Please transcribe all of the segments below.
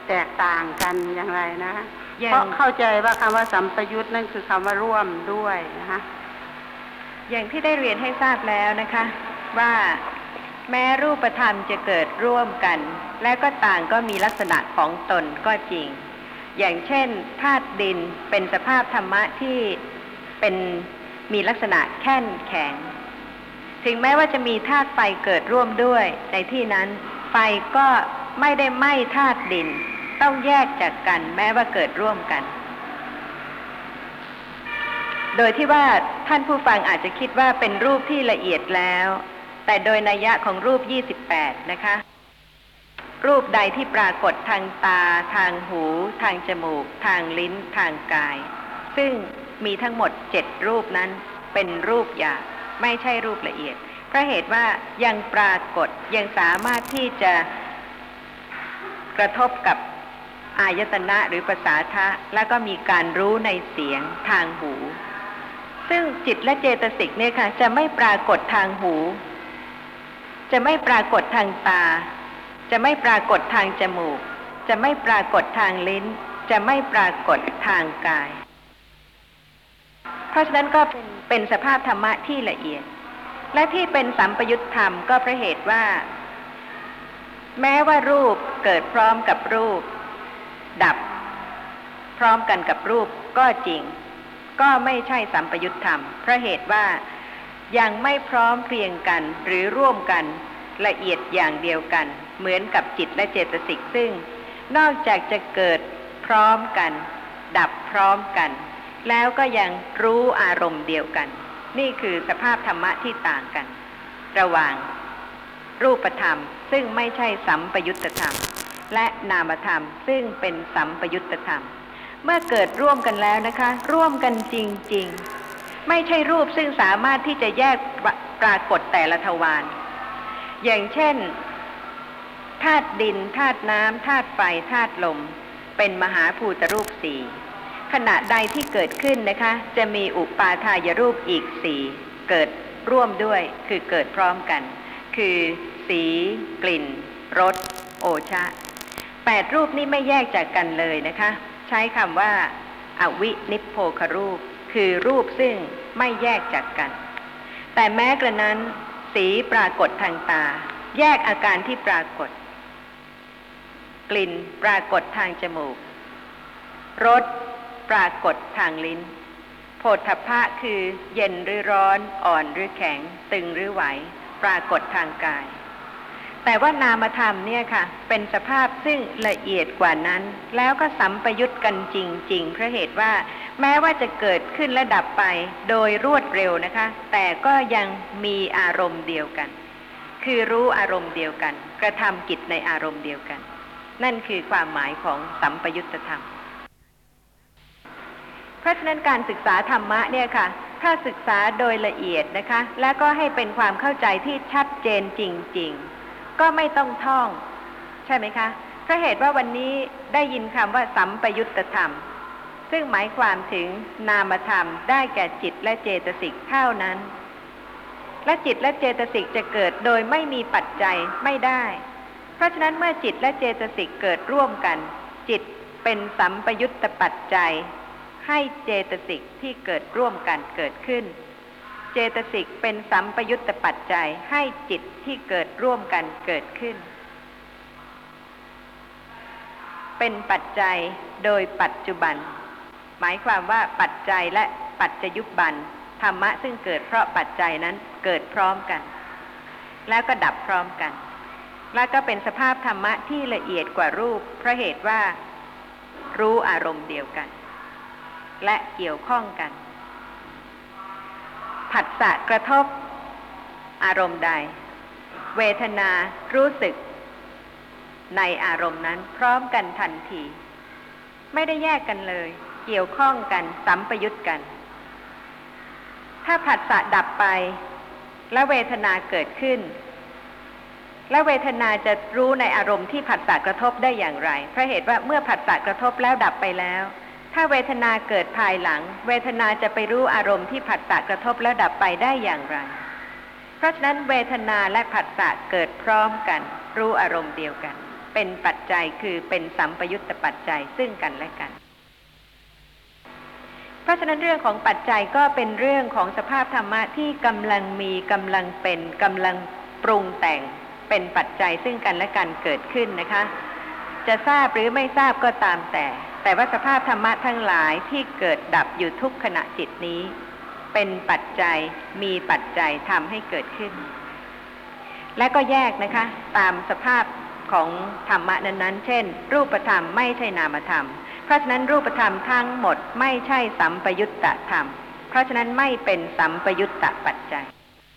แตกต่างกันอย่างไรนะเพราะเข้าใจว่าคำว่าสัมปยุตนั่นคือคำว่าร่วมด้วยนะคะอย่างที่ได้เรียนให้ทราบแล้วนะคะว่าแม้รูปธรรมจะเกิดร่วมกันและก็ต่างก็มีลักษณะของตนก็จริงอย่างเช่นธาตุดินเป็นสภาพธรรมะที่มีลักษณะแข็งแข็งถึงแม้ว่าจะมีธาตุไฟเกิดร่วมด้วยในที่นั้นไฟก็ไม่ได้ไหม้ธาตุดินต้องแยกจากกันแม้ว่าเกิดร่วมกันโดยที่ว่าท่านผู้ฟังอาจจะคิดว่าเป็นรูปที่ละเอียดแล้วแต่โดยนัยยะของรูป28นะคะรูปใดที่ปรากฏทางตาทางหูทางจมูกทางลิ้นทางกายซึ่งมีทั้งหมด7รูปนั้นเป็นรูปหยาบไม่ใช่รูปละเอียดเพราะเหตุว่ายังปรากฏยังสามารถที่จะกระทบกับอายตนะหรือประสาทะแล้วก็มีการรู้ในเสียงทางหูซึ่งจิตและเจตสิกเนี่ยค่ะจะไม่ปรากฏทางหูจะไม่ปรากฏทางตาจะไม่ปรากฏทางจมูกจะไม่ปรากฏทางลิ้นจะไม่ปรากฏทางกายเพราะฉะนั้นก็เป็นสภาพธรรมะที่ละเอียดและที่เป็นสัมปยุตธรรมก็เพราะเหตุว่าแม้ว่ารูปเกิดพร้อมกับรูปดับพร้อมกันกับรูปก็จริงก็ไม่ใช่สัมปยุตธรรมเพราะเหตุว่ายังไม่พร้อมเพรียงกันหรือร่วมกันละเอียดอย่างเดียวกันเหมือนกับจิตและเจตสิกซึ่งนอกจากจะเกิดพร้อมกันดับพร้อมกันแล้วก็ยังรู้อารมณ์เดียวกันนี่คือสภาพธรรมะที่ต่างกันระหว่างรูปธรรมซึ่งไม่ใช่สัมปยุตธรรมและนามธรรมซึ่งเป็นสัมปยุตธรรมเมื่อเกิดร่วมกันแล้วนะคะร่วมกันจริงๆไม่ใช่รูปซึ่งสามารถที่จะแยกปรากฏแต่ละทวารอย่างเช่นธาตุดินธาตุน้ำธาตุไฟธาตุลมเป็นมหาภูตรูป4ขณะใดที่เกิดขึ้นนะคะจะมีอุปาทายรูปอีก4เกิดร่วมด้วยคือเกิดพร้อมกันคือสีกลิ่นรสโอชะ8รูปนี้ไม่แยกจากกันเลยนะคะใช้คำว่าอวินิพโพครูปคือรูปซึ่งไม่แยกจากกันแต่แม้กระนั้นสีปรากฏทางตาแยกอาการที่ปรากฏกลิ่นปรากฏทางจมูกรสปรากฏทางลิ้นโผฏฐัพพะคือเย็นหรือร้อนอ่อนหรือแข็งตึงหรือไหวปรากฏทางกายแต่ว่านามธรรมเนี่ยค่ะเป็นสภาพซึ่งละเอียดกว่านั้นแล้วก็สัมปยุตกันจริงๆเพราะเหตุว่าแม้ว่าจะเกิดขึ้นและดับไปโดยรวดเร็วนะคะแต่ก็ยังมีอารมณ์เดียวกันคือรู้อารมณ์เดียวกันกระทำกิจในอารมณ์เดียวกันนั่นคือความหมายของสัมปยุตธรรมเพราะฉะนั้นการศึกษาธรรมะเนี่ยค่ะถ้าศึกษาโดยละเอียดนะคะและก็ให้เป็นความเข้าใจที่ชัดเจนจริงๆก็ไม่ต้องท่องใช่ไหมคะเพราะเหตุว่าวันนี้ได้ยินคำว่าสัมปยุตธรรมซึ่งหมายความถึงนามธรรมได้แก่จิตและเจตสิกเท่านั้นและจิตและเจตสิกจะเกิดโดยไม่มีปัจจัยไม่ได้เพราะฉะนั้นเมื่อจิตและเจตสิกเกิดร่วมกันจิตเป็นสัมปยุตตปัจจัยให้เจตสิกที่เกิดร่วมกันเกิดขึ้นเจตสิกเป็นสัมปยุตตปัจจัยให้จิตที่เกิดร่วมกันเกิดขึ้นเป็นปัจจัยโดยปัจจุบันหมายความว่าปัจจัยและปัจจยุบันธรรมะซึ่งเกิดเพราะปัจจัยนั้นเกิดพร้อมกันแล้วก็ดับพร้อมกันแล้วก็เป็นสภาพธรรมะที่ละเอียดกว่ารูปเพราะเหตุว่ารู้อารมณ์เดียวกันและเกี่ยวข้องกันผัสสะกระทบอารมณ์ใดเวทนารู้สึกในอารมณ์นั้นพร้อมกันทันทีไม่ได้แยกกันเลยเกี่ยวข้องกันสัมปยุตกันถ้าผัสสะดับไปและเวทนาเกิดขึ้นและเวทนาจะรู้ในอารมณ์ที่ผัสสะกระทบได้อย่างไรเพราะเหตุว่าเมื่อผัสสะกระทบแล้วดับไปแล้วถ้าเวทนาเกิดภายหลังเวทนาจะไปรู้อารมณ์ที่ผัสสะกระทบแล้วดับไปได้อย่างไรเพราะฉะนั้นเวทนาและผัสสะเกิดพร้อมกันรู้อารมณ์เดียวกันเป็นปัจจัยคือเป็นสัมปยุตตปัจจัยซึ่งกันและกันเพราะฉะนั้นเรื่องของปัจจัยก็เป็นเรื่องของสภาพธรรมะที่กำลังมีกำลังเป็นกำลังปรุงแต่งเป็นปัจจัยซึ่งกันและกันเกิดขึ้นนะคะจะทราบหรือไม่ทราบก็ตามแต่ว่าสภาพธรรมะทั้งหลายที่เกิดดับอยู่ทุกขณะจิตนี้เป็นปัจจัยมีปัจจัยทำให้เกิดขึ้นและก็แยกนะคะตามสภาพของธรรมะนั้นๆเช่นรูปธรรมไม่ใช่นามธรรมเพราะฉะนั้นรูปธรรมทั้งหมดไม่ใช่สัมปยุตตธรรมเพราะฉะนั้นไม่เป็นสัมปยุตตปัจจัย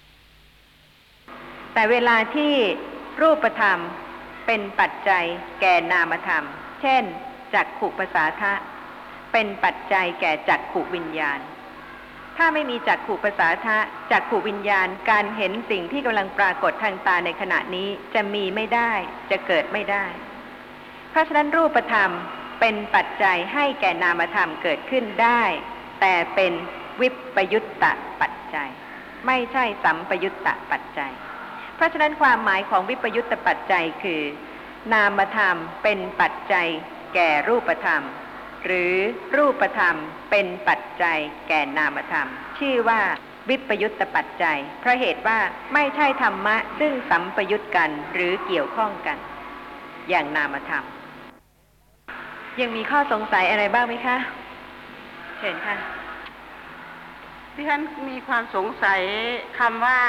แต่เวลาที่รูปธรรมเป็นปัจจัยแก่นามธรรมเช่นจักขุปัสสาทะเป็นปัจจัยแก่จักขุวิญญาณถ้าไม่มีจักขุปัสสาทะจักขุวิญญาณการเห็นสิ่งที่กำลังปรากฏทางตาในขณะนี้จะมีไม่ได้จะเกิดไม่ได้เพราะฉะนั้นรูปธรรมเป็นปัจจัยให้แก่นามธรรมเกิดขึ้นได้แต่เป็นวิปยุตตปัจจัยไม่ใช่สัมปยุตตปัจจัยเพราะฉะนั้นความหมายของวิปยุตตปัจจัยคือนามธรรมเป็นปัจจัยแก่รูปธรรมหรือรูปธรรมเป็นปัจจัยแก่นามธรรมชื่อว่าวิปยุตตปัจจัยเพราะเหตุว่าไม่ใช่ธรรมะซึ่งสัมปยุตกันหรือเกี่ยวข้องกันอย่างนามธรรมยังมีข้อสงสัยอะไรบ้างไหมคะเชิญค่ะที่ฉันมีความสงสัยคำว่า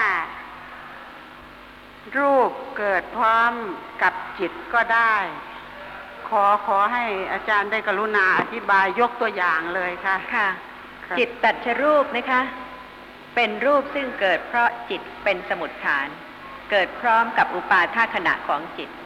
รูปเกิดพร้อมกับจิตก็ได้ขอให้อาจารย์ได้กรุณาอธิบายยกตัวอย่างเลยค่ะค่ะจิตตัจฉรูปนะคะเป็นรูปซึ่งเกิดเพราะจิตเป็นสมุฏฐานเกิดพร้อมกับอุปาทขณะของจิต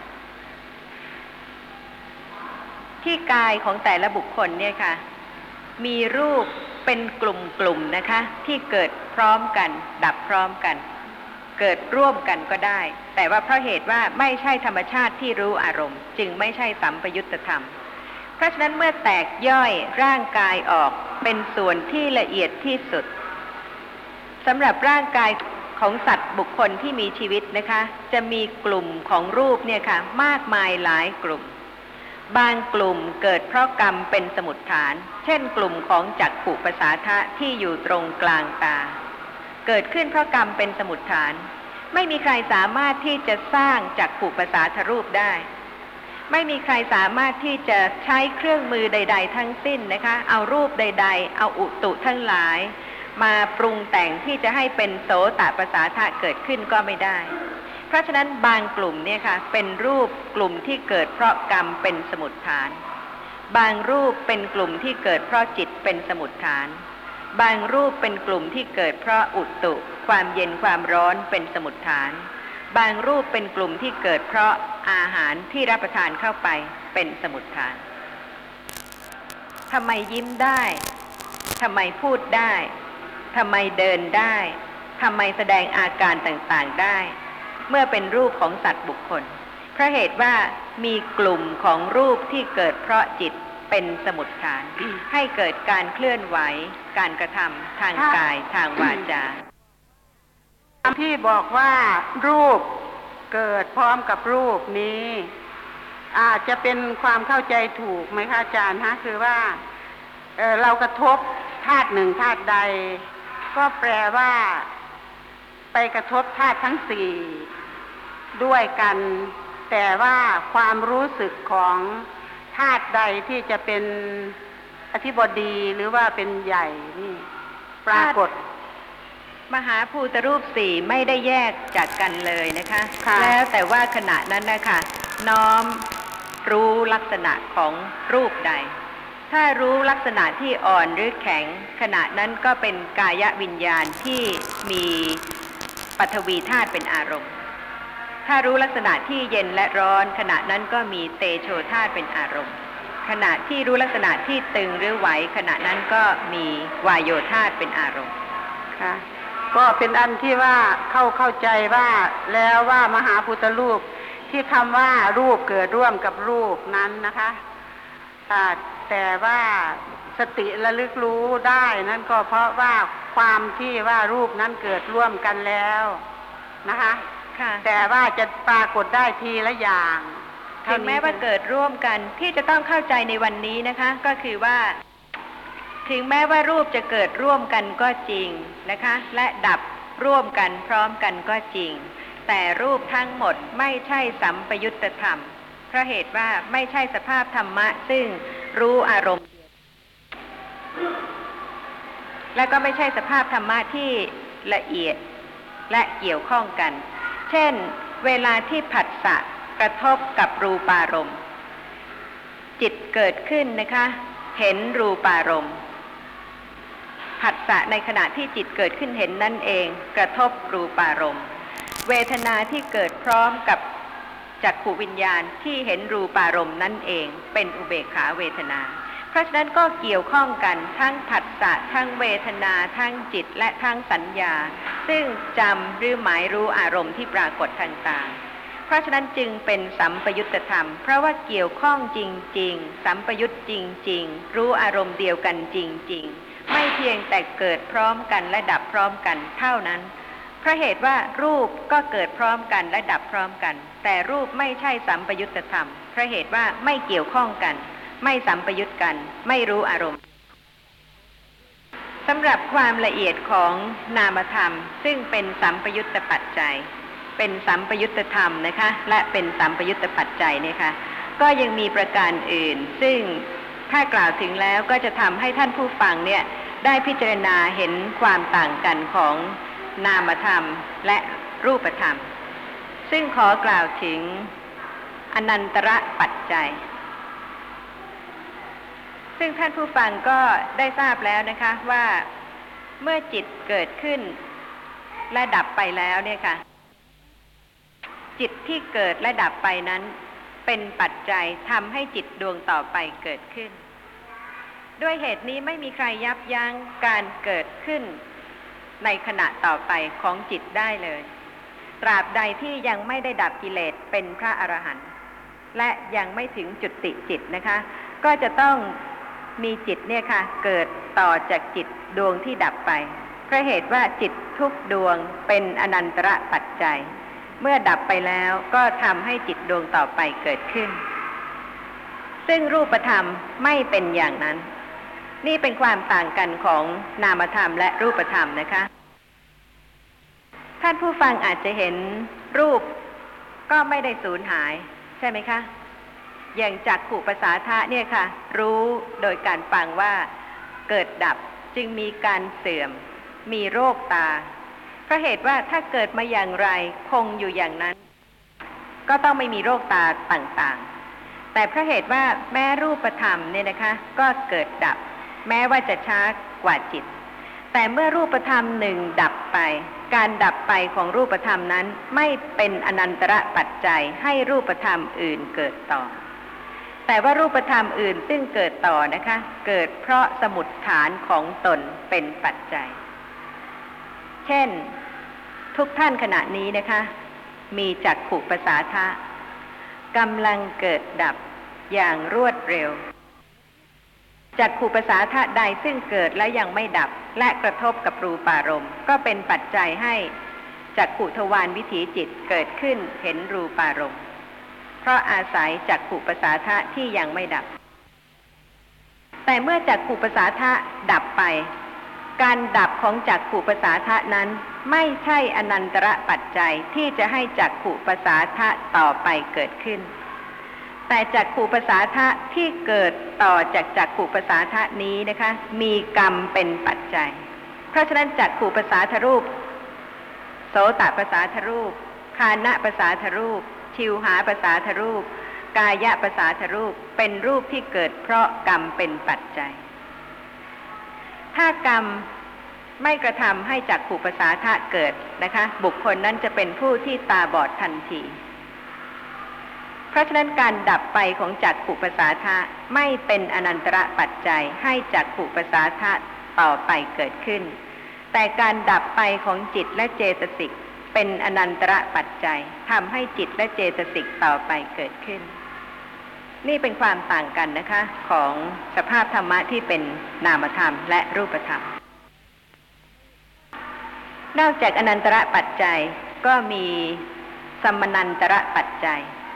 ที่กายของแต่ละบุคคลเนี่ยค่ะมีรูปเป็นกลุ่มๆนะคะที่เกิดพร้อมกันดับพร้อมกันเกิดร่วมกันก็ได้แต่ว่าเพราะเหตุว่าไม่ใช่ธรรมชาติที่รู้อารมณ์จึงไม่ใช่สัมปยุตตธรรมเพราะฉะนั้นเมื่อแตกย่อยร่างกายออกเป็นส่วนที่ละเอียดที่สุดสำหรับร่างกายของสัตว์บุคคลที่มีชีวิตนะคะจะมีกลุ่มของรูปเนี่ยค่ะมากมายหลายกลุ่มบางกลุ่มเกิดเพราะกรรมเป็นสมุฏฐานเช่นกลุ่มของจักขุปัสสาทะที่อยู่ตรงกลางตาเกิดขึ้นเพราะกรรมเป็นสมุฏฐานไม่มีใครสามารถที่จะสร้างจักขุปัสสาทรูปได้ไม่มีใครสามารถที่จะใช้เครื่องมือใดๆทั้งสิ้นนะคะเอารูปใดๆเอาอุตุทั้งหลายมาปรุงแต่งที่จะให้เป็นโสตปัสสาทะเกิดขึ้นก็ไม่ได้เพราะฉะนั้นบางกลุ่มเนี่ยค่ะเป็นรูปกลุ่มที่เกิดเพราะกรรมเป็นสมุฏฐานบางรูปเป็นกลุ่มที่เกิดเพราะจิตเป็นสมุฏฐานบางรูปเป็นกลุ่มที่เกิดเพราะอุตุความเย็นความร้อนเป็นสมุฏฐานบางรูปเป็นกลุ่มที่เกิดเพราะอาหารที่รับประทานเข้าไปเป็นสมุฏฐานทำไมยิ้มได้ทำไมพูดได้ทำไมเดินได้ทำไมแสดงอาการต่างๆได้เมื่อเป็นรูปของสัตว์บุคคลเพราะเหตุว่ามีกลุ่มของรูปที่เกิดเพราะจิตเป็นสมุฏฐานให้เกิดการเคลื่อนไหวการกระทำทางกายทางวาจาที่บอกว่ารูปเกิดพร้อมกับรูปนี้อาจจะเป็นความเข้าใจถูกไหมคะอาจารย์ฮะคือว่าเรากระทบธาตุหนึ่งธาตุใดก็แปลว่าไปกระทบธาตุทั้งสี่ด้วยกันแต่ว่าความรู้สึกของธาตุใดที่จะเป็นอธิบดีหรือว่าเป็นใหญ่นี่ปรากฏมหาภูตรูปสี่ไม่ได้แยกจากกันเลยนะคะแล้วแต่ว่าขณะนั้นนะคะน้อมรู้ลักษณะของรูปใดถ้ารู้ลักษณะที่อ่อนหรือแข็งขณะนั้นก็เป็นกายวิญญาณที่มีปฐวีธาตุเป็นอารมณ์ถ้ารู้ลักษณะที่เย็นและร้อนขณะนั้นก็มีเตโชธาตุเป็นอารมณ์ขณะที่รู้ลักษณะที่ตึงหรือไหวขณะนั้นก็มีวายโยธาตุเป็นอารมณ์ค่ะก็เป็นอันที่ว่าเข้าใจว่าแล้วว่ามหาพุทธรูปที่คำว่ารูปเกิดร่วมกับรูปนั้นนะคะแต่ว่าสติระลึกรู้ได้นั่นก็เพราะว่าความที่ว่ารูปนั้นเกิดร่วมกันแล้วนะคะแต่ว่าจะปรากฏได้ทีละอย่างถึงแม้ว่าเกิดร่วมกันที่จะต้องเข้าใจในวันนี้นะคะก็คือว่าถึงแม้ว่ารูปจะเกิดร่วมกันก็จริงนะคะและดับร่วมกันพร้อมกันก็จริงแต่รูปทั้งหมดไม่ใช่สัมปยุตธรรมเพราะเหตุว่าไม่ใช่สภาพธรรมะซึ่งรู้อารมณ์และก็ไม่ใช่สภาพธรรมะที่ละเอียดและเกี่ยวข้องกันเช่นเวลาที่ผัสสะกระทบกับรูปารมณ์จิตเกิดขึ้นนะคะเห็นรูปารมณ์ผัสสะในขณะที่จิตเกิดขึ้นเห็นนั่นเองกระทบรูปารมณ์เวทนาที่เกิดพร้อมกับจักขุวิญญาณที่เห็นรูปารมณ์นั่นเองเป็นอุเบกขาเวทนาเพราะฉะนั้นก็เกี่ยวข้องกันทั้งผัสสะทั้งเวทนาทั้งจิตและทั้งสัญญาซึ่งจำหรือหมายรู้อารมณ์ที่ปรากฏทางตาเพราะฉะนั้นจึงเป็นสัมปยุตธรรมเพราะว่าเกี่ยวข้องจริงๆสัมปยุตจริงๆรู้อารมณ์เดียวกันจริงๆไม่เพียงแต่เกิดพร้อมกันและดับพร้อมกันเท่านั้นเพราะเหตุว่ารูปก็เกิดพร้อมกันและดับพร้อมกันแต่รูปไม่ใช่สัมปยุตธรรมเพราะเหตุว่าไม่เกี่ยวข้องกันไม่สัมปยุตกันไม่รู้อารมณ์สำหรับความละเอียดของนามธรรมซึ่งเป็นสัมปยุตตปัจจัยเป็นสัมปยุตธรรมนะคะและเป็นสัมปยุตตปัจจัยเนี่ยค่ะก็ยังมีประการอื่นซึ่งถ้ากล่าวถึงแล้วก็จะทำให้ท่านผู้ฟังเนี่ยได้พิจารณาเห็นความต่างกันของนามธรรมและรูปธรรมซึ่งขอกล่าวถึงอนันตระปัจจัยซึ่งท่านผู้ฟังก็ได้ทราบแล้วนะคะว่าเมื่อจิตเกิดขึ้นและดับไปแล้วเนี่ยค่ะจิตที่เกิดและดับไปนั้นเป็นปัจจัยทำให้จิตดวงต่อไปเกิดขึ้นด้วยเหตุนี้ไม่มีใครยับยั้งการเกิดขึ้นในขณะต่อไปของจิตได้เลยตราบใดที่ยังไม่ได้ดับกิเลสเป็นพระอรหันต์และยังไม่ถึงจุติจิตนะคะก็จะต้องมีจิตเนี่ยค่ะเกิดต่อจากจิตดวงที่ดับไปเพราะเหตุว่าจิตทุกดวงเป็นอนันตระปัจจัยเมื่อดับไปแล้วก็ทำให้จิตดวงต่อไปเกิดขึ้นซึ่งรูปธรรมไม่เป็นอย่างนั้นนี่เป็นความต่างกันของนามธรรมและรูปธรรมนะคะท่านผู้ฟังอาจจะเห็นรูปก็ไม่ได้สูญหายใช่ไหมคะอย่างจักขุประสาทะเนี่ยค่ะรู้โดยการฟังว่าเกิดดับจึงมีการเสื่อมมีโรคตาเพราะเหตุว่าถ้าเกิดมาอย่างไรคงอยู่อย่างนั้นก็ต้องไม่มีโรคตาต่างๆแต่เพราะเหตุว่าแม้รูปธรรมเนี่ยนะคะก็เกิดดับแม้ว่าจะช้ากว่าจิตแต่เมื่อรูปธรรมหนึ่งดับไปการดับไปของรูปธรรมนั้นไม่เป็นอนันตระปัจจัยให้รูปธรรมอื่นเกิดต่อแต่ว่ารูปธรรมอื่นซึ่งเกิดต่อนะคะเกิดเพราะสมุฏฐานของตนเป็นปัจจัยเช่นทุกท่านขณะนี้นะคะมีจักขุประสาทะกำลังเกิดดับอย่างรวดเร็วจักขุประสาทะใดซึ่งเกิดและยังไม่ดับและกระทบกับรูปารมณ์ก็เป็นปัจจัยให้จักขุทวารวิถีจิตเกิดขึ้นเห็นรูปารมณ์เพราะอาศัยจักขุประสาทะที่ยังไม่ดับแต่เมื่อจักขุประสาทะดับไปการดับของจักขุประสาทะนั้นไม่ใช่อนันตระปัจจัยที่จะให้จักขุประสาทะต่อไปเกิดขึ้นแต่จักขุประสาทะที่เกิดต่อจากจักขุประสาทะนี้นะคะมีกรรมเป็นปัจจัยเพราะฉะนั้นจักขุประสาทรูปโสตประสาทรูปฆานะประสาทรูปชิวหาประสาทรูปกายะประสาทรูปเป็นรูปที่เกิดเพราะกรรมเป็นปัจจัยถ้ากรรมไม่กระทำให้จักขุประสาทะเกิดนะคะบุคคลนั้นจะเป็นผู้ที่ตาบอดทันทีเพราะฉะนั้นการดับไปของจักขุประสาทะไม่เป็นอนันตระปัจจัยให้จักขุประสาทะต่อไปเกิดขึ้นแต่การดับไปของจิตและเจตสิกเป็นอนันตระปัจจัยทำให้จิตและเจตสิกต่อไปเกิดขึ้นนี่เป็นความต่างกันนะคะของสภาพธรรมะที่เป็นนามธรรมและรูปธรรมนอกจากอนันตระปัจจัยก็มีสัมมนันตระปัจจัย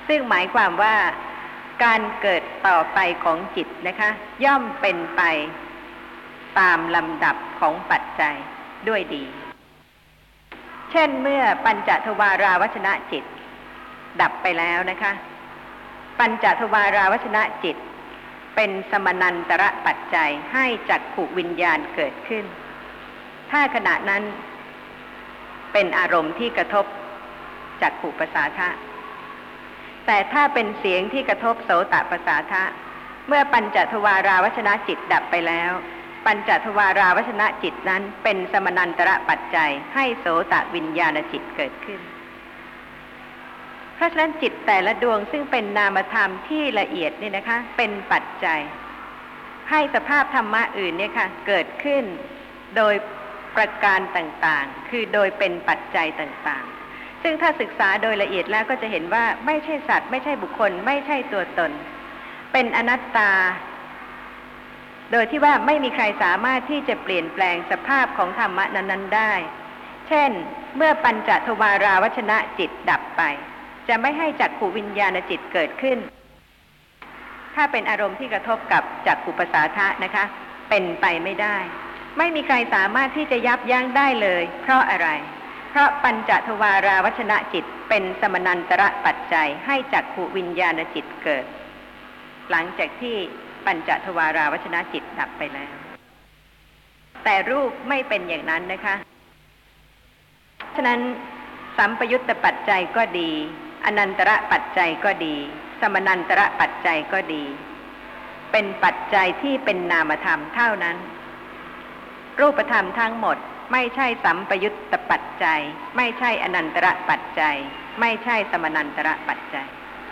ซึ่งหมายความว่าการเกิดต่อไปของจิตนะคะย่อมเป็นไปตามลำดับของปัจจัยด้วยดีเช่นเมื่อปัญจทวาราวชนะจิตดับไปแล้วนะคะปัญจทวาราวชนะจิตเป็นสมนันตระปัจจัยให้จักขุวิญญาณเกิดขึ้นถ้าขณะนั้นเป็นอารมณ์ที่กระทบจักขุประสาทะแต่ถ้าเป็นเสียงที่กระทบโสตประสาทะเมื่อปัญจทวาราวชนะจิตดับไปแล้วปัญจทวาราวชนะจิตนั้นเป็นสมนันตระปัจจัยให้โสตวิญญาณจิตเกิดขึ้นเพราะฉะนั้นจิตแต่ละดวงซึ่งเป็นนามธรรมที่ละเอียดนี่นะคะเป็นปัจจัยให้สภาพธรรมะอื่นเนี่ยค่ะเกิดขึ้นโดยประการต่างๆคือโดยเป็นปัจจัยต่างๆซึ่งถ้าศึกษาโดยละเอียดแล้วก็จะเห็นว่าไม่ใช่สัตว์ไม่ใช่บุคคลไม่ใช่ตัวตนเป็นอนัตตาโดยที่ว่าไม่มีใครสามารถที่จะเปลี่ยนแปลงสภาพของธรรมะนั้นๆได้เช่นเมื่อปัญจทวาราวชนะจิตดับไปจะไม่ให้จักขุวิญญาณจิตเกิดขึ้นถ้าเป็นอารมณ์ที่กระทบกับจักขุประสาทะนะคะเป็นไปไม่ได้ไม่มีใครสามารถที่จะยับยั้งได้เลยเพราะอะไรเพราะปัญจทวาราวชนะจิตเป็นสมนันตระปัจจัยให้จักขุวิญญาณจิตเกิดหลังจากที่ปัญจทวาราวชนะจิตดับไปแล้วแต่รูปไม่เป็นอย่างนั้นนะคะฉะนั้นสัมปยุตตปัจจัยก็ดีอนันตระปัจจัยก็ดีสมนันตระปัจจัยก็ดีเป็นปัจจัยที่เป็นนามธรรมเท่านั้นรูปธรรมทั้งหมดไม่ใช่สัมปยุตตปัจจัยไม่ใช่อนันตระปัจจัยไม่ใช่สมนันตระปัจจัย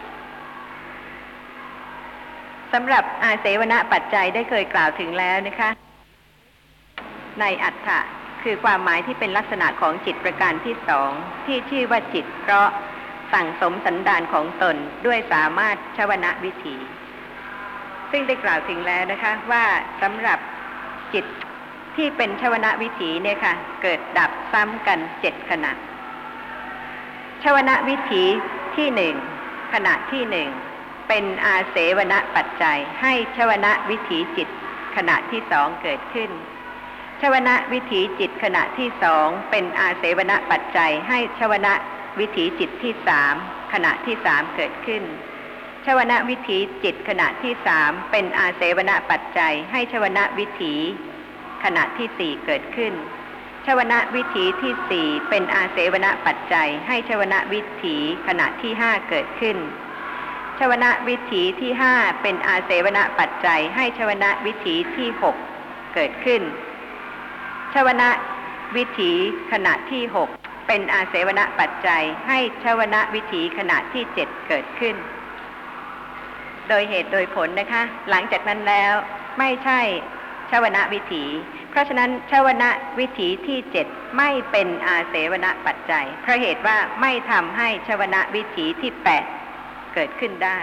สำหรับอาเสวนปัจจัยได้เคยกล่าวถึงแล้วนะคะในอัฏฐะคือความหมายที่เป็นลักษณะของจิตประการที่สองที่ชื่อว่าจิตเพราะสั่งสมสันดานของตนด้วยสามารถชวนะวิถีซึ่งได้กล่าวถึงแล้วนะคะว่าสำหรับจิตที่เป็นชวนะวิถีเนี่ยค่ะเกิดดับซ้ำกัน7ขณะชวนะวิถีที่1ขณะที่1เป็นอาเสวนปัจจัยให้ชวนะวิถีจิตขณะที่2เกิดขึ้นชวนะวิถีจิตขณะที่2เป็นอาเสวนปัจจัยให้ชวนะวิถีจิตที่3ขณะที่3เกิดขึ้นชวนะวิถีจิตขณะที่3เป็นอาเสวนปัจจัยให้ชวนะวิถีขณะที่4เกิดขึ้นชวนะวิถีที่4เป็นอาเสวนปัจจัยให้ชวนะวิถีขณะที่5เกิดขึ้นชวนะวิถีที่5เป็นอาเสวนปัจจัยให้ชวนะวิถีที่6เกิดขึ้นชวนะวิถีขณะที่6เป็นอาเสวนปัจจัยให้ชวนะวิถีขณะที่7เกิดขึ้นโดยเหตุโดยผลนะคะหลังจากนั้นแล้วไม่ใช่ชวนะวิถีเพราะฉะนั้นชวนะวิถีที่7ไม่เป็นอาเสวนปัจจัยเพราะเหตุว่าไม่ทำให้ชวนะวิถีที่8เกิดขึ้นได้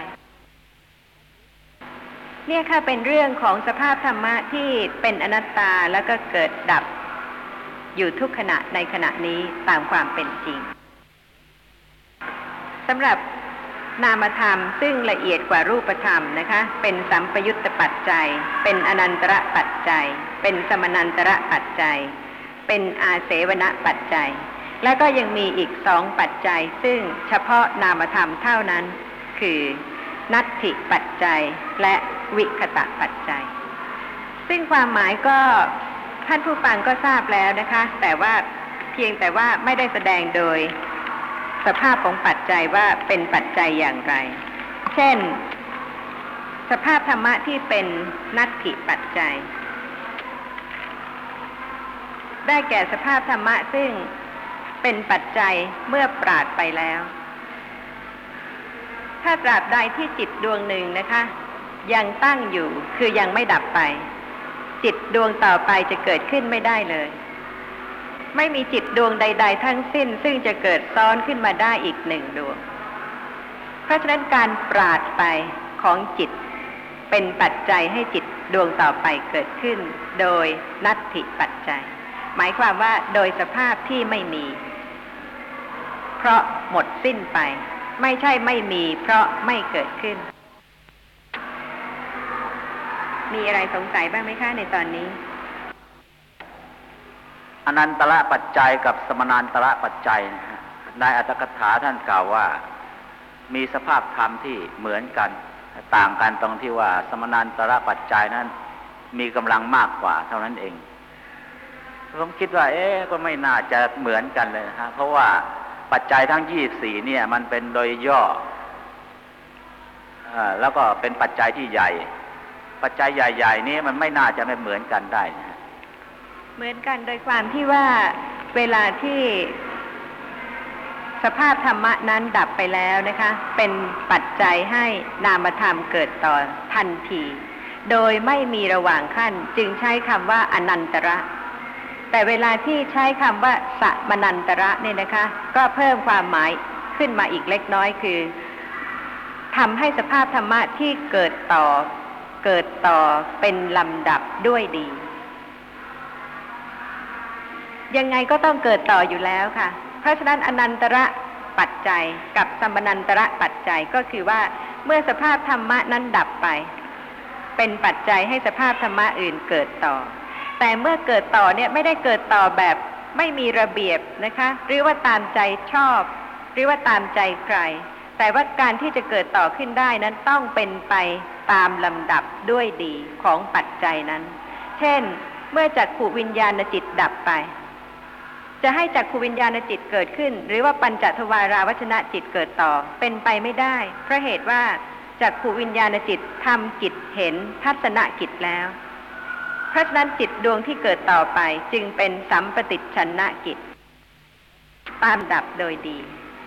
เนี่ยค่ะเป็นเรื่องของสภาพธรรมะที่เป็นอนัตตาแล้วก็เกิดดับอยู่ทุกขณะในขณะนี้ตามความเป็นจริงสำหรับนามธรรมซึ่งละเอียดกว่ารูปธรรมนะคะเป็นสัมปยุตตปัจจัยเป็นอนันตระปัจจัยเป็นสมนันตระปัจจัยเป็นอาเสวนปัจจัยและก็ยังมีอีก2ปัจจัยซึ่งเฉพาะนามธรรมเท่านั้นคือนัตถิปัจจัยและวิคตะปัจจัยซึ่งความหมายก็ท่านผู้ฟังก็ทราบแล้วนะคะแต่ว่าเพียงแต่ว่าไม่ได้แสดงโดยสภาพของปัจจัยว่าเป็นปัจจัยอย่างไรเช่นสภาพธรรมะที่เป็นนัตถิปัจจัยได้แก่สภาพธรรมะซึ่งเป็นปัจจัยเมื่อปราศไปแล้วถ้าตราบใดที่จิตดวงหนึ่งนะคะยังตั้งอยู่คือยังไม่ดับไปจิตดวงต่อไปจะเกิดขึ้นไม่ได้เลยไม่มีจิตดวงใดๆทั้งสิ้นซึ่งจะเกิดซ้อนขึ้นมาได้อีก1ดวงเพราะฉะนั้นการปราศไปของจิตเป็นปัจจัยให้จิตดวงต่อไปเกิดขึ้นโดยนัตถิปัจจัยหมายความว่าโดยสภาพที่ไม่มีเพราะหมดสิ้นไปไม่ใช่ไม่มีเพราะไม่เกิดขึ้นมีอะไรสงสัยบ้างไหมคะในตอนนี้อนันตระปัจจัยกับสมนันตระปัจจัยนะฮะในอัตถกถาท่านกล่าวว่ามีสภาพธรรมที่เหมือนกันต่างกันตรงที่ว่าสมนันตระปัจจัยนั้นมีกำลังมากกว่าเท่านั้นเองผมคิดว่าก็ไม่น่าจะเหมือนกันเลยนะฮะเพราะว่าปัจจัยทั้ง24เนี่ยมันเป็นโดยย่อแล้วก็เป็นปัจจัยที่ใหญ่ปัจจัยใหญ่ๆนี้มันไม่น่าจะไม่เหมือนกันได้นะเหมือนกันโดยความที่ว่าเวลาที่สภาพธรรมะนั้นดับไปแล้วนะคะเป็นปัจจัยให้นามธรรมเกิดต่อทันทีโดยไม่มีระหว่างขั้นจึงใช้คำว่าอนันตระแต่เวลาที่ใช้คำว่าสมนันตระเนี่ยนะคะก็เพิ่มความหมายขึ้นมาอีกเล็กน้อยคือทำให้สภาพธรรมะที่เกิดต่อเป็นลำดับด้วยดียังไงก็ต้องเกิดต่ออยู่แล้วค่ะเพราะฉะนั้นอนันตระปัจจัยกับสมนันตระปัจจัยก็คือว่าเมื่อสภาพธรรมะนั้นดับไปเป็นปัจจัยให้สภาพธรรมะอื่นเกิดต่อแต่เมื่อเกิดต่อเนี่ยไม่ได้เกิดต่อแบบไม่มีระเบียบนะคะหรือว่าตามใจชอบหรือว่าตามใจใครแต่ว่าการที่จะเกิดต่อขึ้นได้นั้นต้องเป็นไปตามลำดับด้วยดีของปัจจัยนั้นเช่นเมื่อจักขุวิญญาณจิตดับไปจะให้จักขุวิญญาณจิตเกิดขึ้นหรือว่าปัญจทวาราวชนะจิตเกิดต่อเป็นไปไม่ได้เพราะเหตุว่าจักขุวิญญาณจิตทำกิจเห็นทัศนกิจแล้วเพราะฉะนั้นจิตดวงที่เกิดต่อไปจึงเป็นสัมปติชนกิจตามดับโดยดี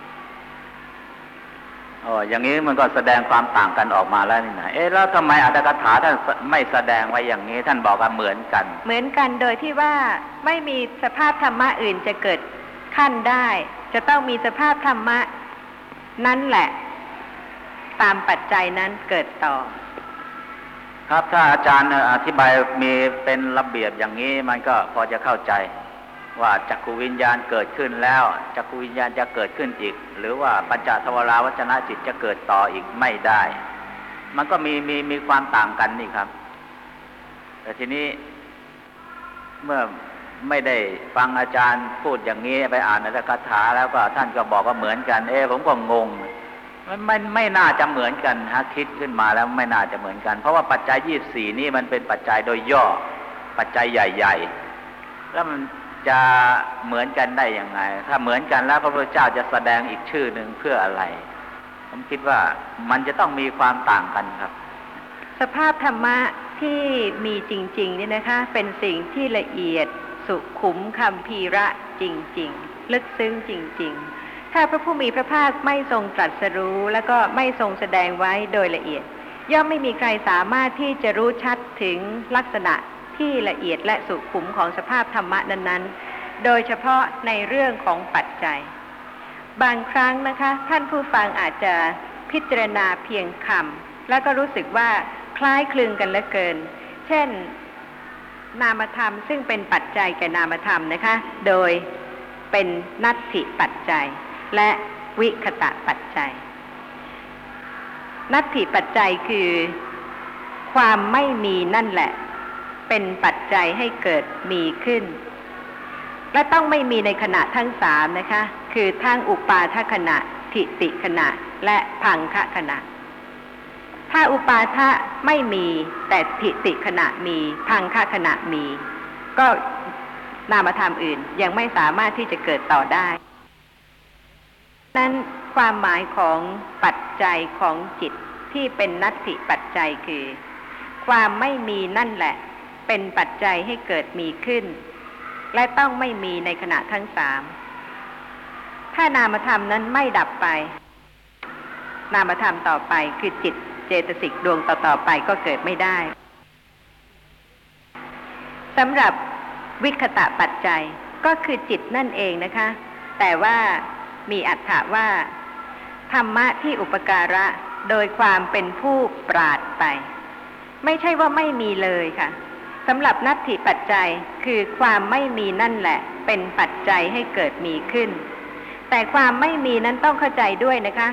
อย่างนี้มันก็แสดงความต่างกันออกมาแล้วนี่นะแล้วทำไมอัตถกถาท่านไม่แสดงไว้อย่างนี้ท่านบอกว่าเหมือนกันโดยที่ว่าไม่มีสภาพธรรมะอื่นจะเกิดขั้นได้จะต้องมีสภาพธรรมะนั่นแหละตามปัจจัยนั้นเกิดต่อครับถ้าอาจารย์อธิบายมีเป็นระเบียบอย่างนี้มันก็พอจะเข้าใจว่าจักขุวิญญาณเกิดขึ้นแล้วจักขุวิญญาณจะเกิดขึ้นอีกหรือว่าปัญจทวาราวชนะจิตจะเกิดต่ออีกไม่ได้มันก็มีความต่างกันนี่ครับแต่ทีนี้เมื่อไม่ได้ฟังอาจารย์พูดอย่างนี้ไปอ่านอัตถกถาแล้วก็ท่านก็บอกว่าเหมือนกันผมก็งงไม่น่าจะเหมือนกันคิดขึ้นมาแล้วไม่น่าจะเหมือนกันเพราะว่าปัจจัย24นี่มันเป็นปัจจัยโดยย่อปัจจัยใหญ่ๆแล้วมันจะเหมือนกันได้ยังไงถ้าเหมือนกันแล้วพระพุทธเจ้าจะแสดงอีกชื่อหนึ่งเพื่ออะไรผมคิดว่ามันจะต้องมีความต่างกันครับสภาพธรรมะที่มีจริงๆนี่นะคะเป็นสิ่งที่ละเอียดสุขุมคัมภีระจริงๆลึกซึ้งจริงๆถ้าพระผู้มีพระภาคไม่ทรงตรัสรู้แล้วก็ไม่ทรงแสดงไว้โดยละเอียดย่อมไม่มีใครสามารถที่จะรู้ชัดถึงลักษณะที่ละเอียดและสุขุมของสภาพธรรมะนั้นๆโดยเฉพาะในเรื่องของปัจจัยบางครั้งนะคะท่านผู้ฟังอาจจะพิจารณาเพียงคำแล้วก็รู้สึกว่าคล้ายคลึงกันเหลือเกินเช่นนามธรรมซึ่งเป็นปัจจัยแก่นามธรรมนะคะโดยเป็นนัตถิปัจจัยและวิคตะปัจจัยนัตถิปัจจัยคือความไม่มีนั่นแหละเป็นปัจจัยให้เกิดมีขึ้นและต้องไม่มีในขณะทั้งสามนะคะคือทั้งอุปาทขณะทิฏฐิขณะและพังคขณะถ้าอุปาทะไม่มีแต่ทิฏฐิขณะมีพังคขณะมีก็นามธรรมอื่นยังไม่สามารถที่จะเกิดต่อได้นั้นความหมายของปัจจัยของจิตที่เป็นนัตถิปัจจัยคือความไม่มีนั่นแหละเป็นปัจจัยให้เกิดมีขึ้นและต้องไม่มีในขณะทั้งสามถ้านามธรรมนั้นไม่ดับไปนามธรรมต่อไปคือจิตเจตสิกดวงต่อๆไปก็เกิดไม่ได้สำหรับวิคตะปัจจัยก็คือจิตนั่นเองนะคะแต่ว่ามีอรรถะว่าธรรมะที่อุปการะโดยความเป็นผู้ปราศไปไม่ใช่ว่าไม่มีเลยค่ะสำหรับนัตถิปัจจัยคือความไม่มีนั่นแหละเป็นปัจจัยให้เกิดมีขึ้นแต่ความไม่มีนั้นต้องเข้าใจด้วยนะคะ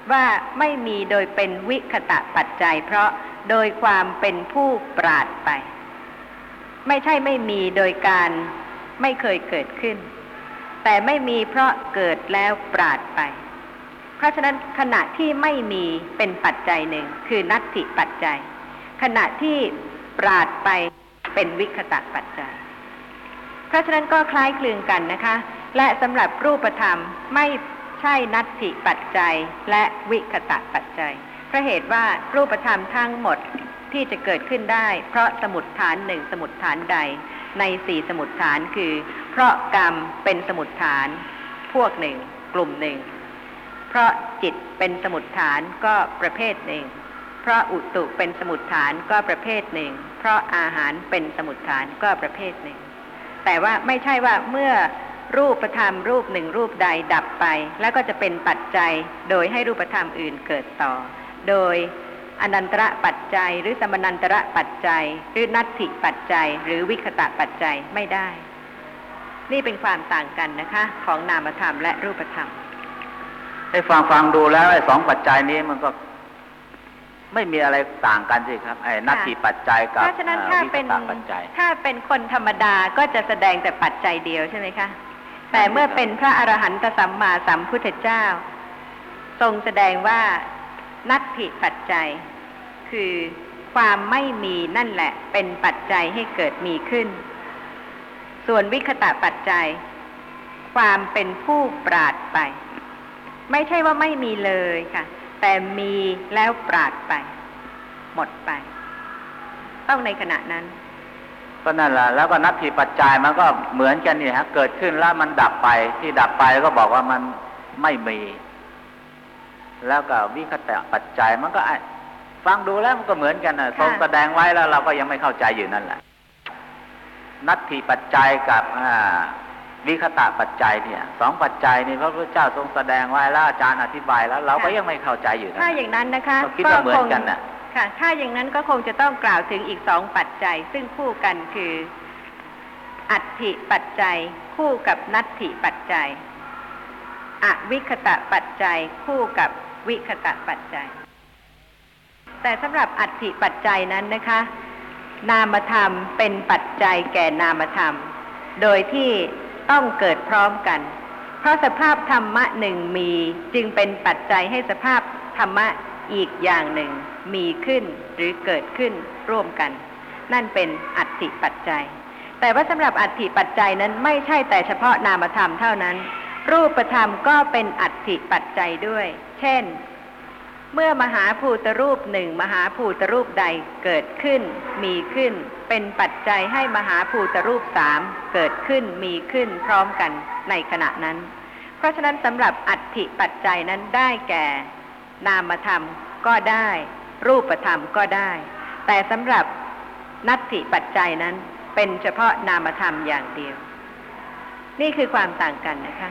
ว่าไม่มีโดยเป็นวิคตะปัจจัยเพราะโดยความเป็นผู้ปราดไปไม่ใช่ไม่มีโดยการไม่เคยเกิดขึ้นแต่ไม่มีเพราะเกิดแล้วปราดไปเพราะฉะนั้นขณะที่ไม่มีเป็นปัจจัยหนึ่งคือนัตถิปัจจัยขณะที่ปราดไปเป็นวิคตะปัจจัยเพราะฉะนั้นก็คล้ายคลึงกันนะคะและสำหรับรูปธรรมไม่ใช่นัตถิปัจจัยและวิคตะปัจจัยเพราะเหตุว่ารูปธรรมทั้งหมดที่จะเกิดขึ้นได้เพราะสมุฏฐานหนึ่งสมุฏฐานใดในสี่สมุฏฐานคือเพราะกรรมเป็นสมุฏฐานพวกหนึ่งกลุ่มหนึ่งเพราะจิตเป็นสมุฏฐานก็ประเภทหนึ่งเพราะอุตุเป็นสมุฏฐานก็ประเภทหนึ่งเพราะอาหารเป็นสมุฏฐานก็ประเภทหนึ่งแต่ว่าไม่ใช่ว่าเมื่อรูปธรรมรูปหนึ่งรูปใดดับไปแล้วก็จะเป็นปัจจัยโดยให้รูปธรรมอื่นเกิดต่อโดยอนันตระปัจจัยหรือสมนันตระปัจจัยหรือนัตถิปัจจัยหรือวิคตะปัจจัยไม่ได้นี่เป็นความต่างกันนะคะของนามธรรมและรูปธรรมให้ฟังดูแล้วไอ้สองปัจจัยนี้มันก็ไม่มีอะไรต่างกันสิครับไอ้นัตถิปัจจัยกับวิคตะปัจจัยถ้าเป็นคนธรรมดาก็จะแสดงแต่ปัจจัยเดียวใช่ไหมคะแต่เมื่อเป็นพระอรหันตสัมมาสัมพุทธเจ้าทรงแสดงว่านัตถิปัจจัยคือความไม่มีนั่นแหละเป็นปัจจัยให้เกิดมีขึ้นส่วนวิคตะปัจจัยความเป็นผู้ปราดไปไม่ใช่ว่าไม่มีเลยค่ะแต่มีแล้วปราดไปหมดไปต้องในขณะนั้นก็นั่นแหละแล้วก็นัตถิปัจจัยมันก็เหมือนกันนี่ฮะเกิดขึ้นแล้วมันดับไปที่ดับไปก็บอกว่ามันไม่มีแล้วก็วิคตะปัจจัยมันก็ฟังดูแล้วมันก็เหมือนกันนะทรงแสดงไว้แล้วเราก็ยังไม่เข้าใจอยู่นั่นแหละนัตถิปัจจัยกับวิคตะปัจจัยเนี่ยสองปัจจัยนี่พระพุทธเจ้าทรงแสดงไว้แล้วอาจารย์อธิบายแล้วเราก็ยังไม่เข้าใจอยู่นะถ้าอย่างนั้นนะคะก็คิดว่าเหมือนกันน่ะค่ะถ้าอย่างนั้นก็คงจะต้องกล่าวถึงอีกสองปัจจัยซึ่งคู่กันคืออัตถิปัจจัยคู่กับนัตถิปัจจัยอวิคตะปัจจัยคู่กับวิคตะปัจจัยแต่สำหรับอัตถิปัจจัยนั้นนะคะนามธรรมเป็นปัจจัยแก่นามธรรมโดยที่ต้องเกิดพร้อมกันเพราะสภาพธรรมะหนึ่งมีจึงเป็นปัจจัยให้สภาพธรรมะอีกอย่างหนึ่งมีขึ้นหรือเกิดขึ้นร่วมกันนั่นเป็นอัตถิปัจจัยแต่ว่าสำหรับอัตถิปัจจัยนั้นไม่ใช่แต่เฉพาะนามธรรมเท่านั้นรูปธรรมก็เป็นอัตถิปัจจัยด้วยเช่นเมื่อมหาภูตรูปหนึ่งมหาภูตรูปใดเกิดขึ้นมีขึ้นเป็นปัจจัยให้มหาภูตรูปสามเกิดขึ้นมีขึ้นพร้อมกันในขณะนั้นเพราะฉะนั้นสำหรับอัตถิปัจจัยนั้นได้แก่นามธรรมก็ได้รูปธรรมก็ได้แต่สำหรับนัตถิปัจจัยนั้นเป็นเฉพาะนามธรรมอย่างเดียวนี่คือความต่างกันนะคะ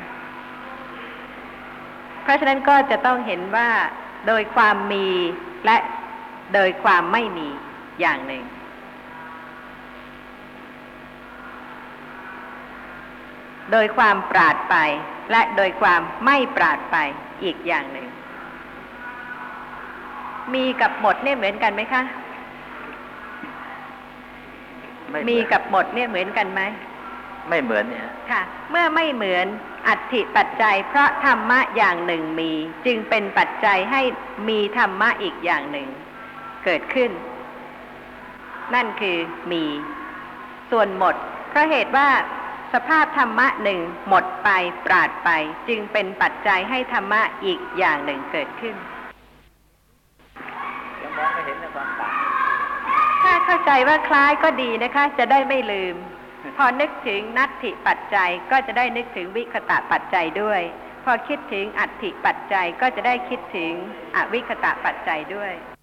เพราะฉะนั้นก็จะต้องเห็นว่าโดยความมีและโดยความไม่มีอย่างหนึ่งโดยความปราดไปและโดยความไม่ปราดไปอีกอย่างหนึ่งมีกับหมดเนี่ยเหมือนกันไหมคะมีกับหมดเนี่ยเหมือนกันไหมไม่เหมือนเนี่ยค่ะเมื่อไม่เหมือนอัตถิปัจจัยเพราะธรรมะอย่างหนึ่งมีจึงเป็นปัจจัยให้มีธรรมะอีกอย่างหนึ่งเกิดขึ้นนั่นคือมีส่วนหมดเพราะเหตุว่าสภาพธรรมะหนึ่งหมดไปปราดไปจึงเป็นปัจจัยให้ธรรมะอีกอย่างหนึ่งเกิดขึ้นยังมองไม่เห็นในความต่างถ้าเข้าใจว่าคล้ายก็ดีนะคะจะได้ไม่ลืมพอนึกถึงนัตถิปัจจัยก็จะได้นึกถึงวิคตะปัจจัยด้วยพอคิดถึงอัตถิปัจจัยก็จะได้คิดถึงอวิคตะปัจจัยด้วย